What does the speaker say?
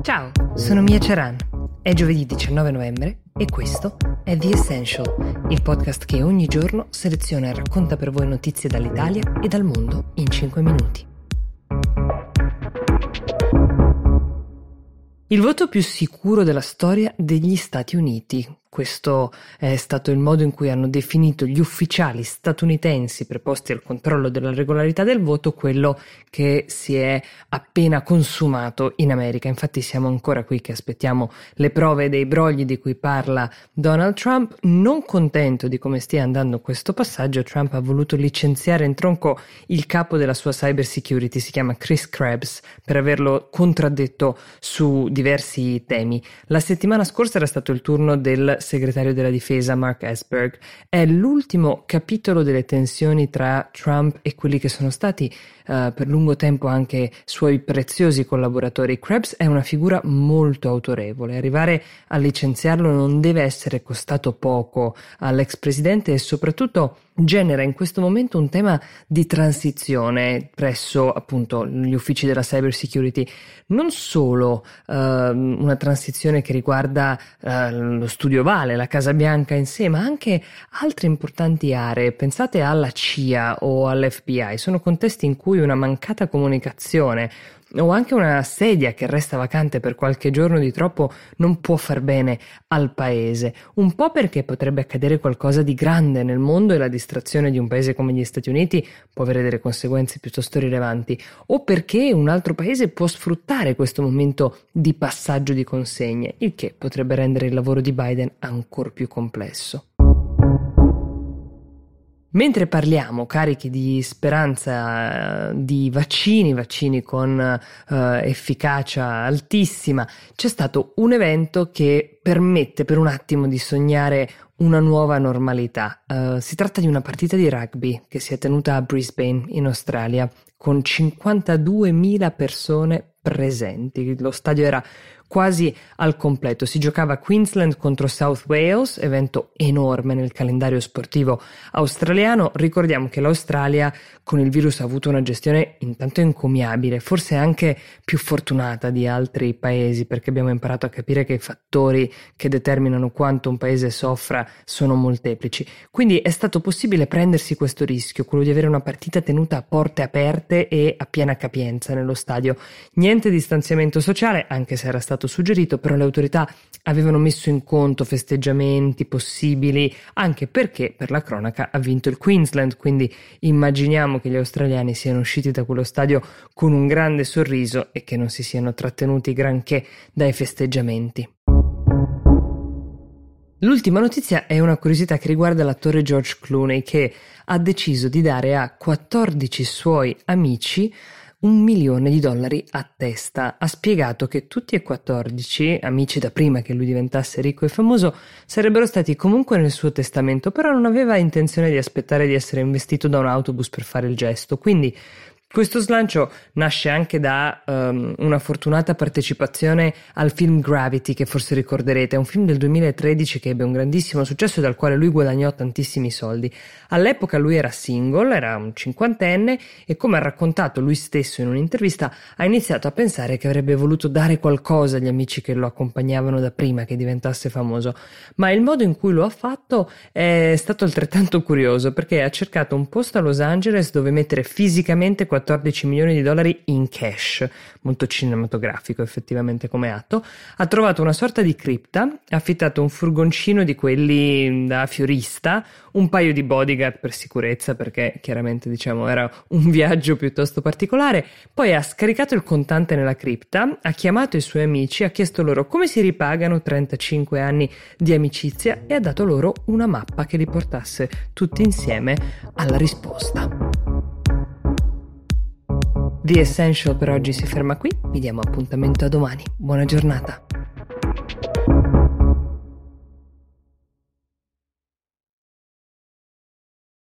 Ciao, sono Mia Ceran. È giovedì 19 novembre e questo è The Essential, il podcast che ogni giorno seleziona e racconta per voi notizie dall'Italia e dal mondo in 5 minuti. Il voto più sicuro della storia degli Stati Uniti. Questo è stato il modo in cui hanno definito gli ufficiali statunitensi preposti al controllo della regolarità del voto, quello che si è appena consumato in America. Infatti siamo ancora qui che aspettiamo le prove dei brogli di cui parla Donald Trump. Non contento di come stia andando questo passaggio, Trump ha voluto licenziare in tronco il capo della sua cyber security, si chiama Chris Krebs, per averlo contraddetto su diversi temi. La settimana scorsa era stato il turno del segretario della difesa Mark Esper. È l'ultimo capitolo delle tensioni tra Trump e quelli che sono stati per lungo tempo anche suoi preziosi collaboratori. Krebs è una figura molto autorevole. Arrivare a licenziarlo non deve essere costato poco all'ex presidente e soprattutto genera in questo momento un tema di transizione presso appunto gli uffici della cyber security, non solo una transizione che riguarda lo studio Ovale, la Casa Bianca in sé, ma anche altre importanti aree. Pensate alla CIA o all'FBI, sono contesti in cui una mancata comunicazione o anche una sedia che resta vacante per qualche giorno di troppo non può far bene al paese, un po' perché potrebbe accadere qualcosa di grande nel mondo e la distrazione di un paese come gli Stati Uniti può avere delle conseguenze piuttosto rilevanti, o perché un altro paese può sfruttare questo momento di passaggio di consegne, il che potrebbe rendere il lavoro di Biden ancor più complesso. Mentre parliamo carichi di speranza di vaccini con efficacia altissima, c'è stato un evento che permette per un attimo di sognare una nuova normalità. Si tratta di una partita di rugby che si è tenuta a Brisbane in Australia con 52.000 persone presenti. Lo stadio era quasi al completo. Si giocava Queensland contro South Wales, evento enorme nel calendario sportivo australiano. Ricordiamo che l'Australia con il virus ha avuto una gestione intanto encomiabile, forse anche più fortunata di altri paesi, perché abbiamo imparato a capire che i fattori che determinano quanto un paese soffra sono molteplici. Quindi è stato possibile prendersi questo rischio, quello di avere una partita tenuta a porte aperte e a piena capienza nello stadio. Niente distanziamento sociale, anche se era stato suggerito, però le autorità avevano messo in conto festeggiamenti possibili, anche perché per la cronaca ha vinto il Queensland, quindi immaginiamo che gli australiani siano usciti da quello stadio con un grande sorriso e che non si siano trattenuti granché dai festeggiamenti. L'ultima notizia è una curiosità che riguarda l'attore George Clooney, che ha deciso di dare a 14 suoi amici $1 milione a testa. Ha spiegato che tutti e 14, amici da prima che lui diventasse ricco e famoso, sarebbero stati comunque nel suo testamento, però non aveva intenzione di aspettare di essere investito da un autobus per fare il gesto. Quindi questo slancio nasce anche da una fortunata partecipazione al film Gravity, che forse ricorderete, è un film del 2013 che ebbe un grandissimo successo e dal quale lui guadagnò tantissimi soldi. All'epoca lui era single, era un cinquantenne e, come ha raccontato lui stesso in un'intervista, ha iniziato a pensare che avrebbe voluto dare qualcosa agli amici che lo accompagnavano da prima che diventasse famoso, ma il modo in cui lo ha fatto è stato altrettanto curioso, perché ha cercato un posto a Los Angeles dove mettere fisicamente $14 milioni in cash, molto cinematografico effettivamente come atto. Ha trovato una sorta di cripta, ha affittato un furgoncino di quelli da fiorista, un paio di bodyguard per sicurezza, perché chiaramente era un viaggio piuttosto particolare. Poi ha scaricato il contante nella cripta, ha chiamato i suoi amici, ha chiesto loro come si ripagano 35 anni di amicizia e ha dato loro una mappa che li portasse tutti insieme alla risposta. The Essential per oggi si ferma qui, vi diamo appuntamento a domani. Buona giornata.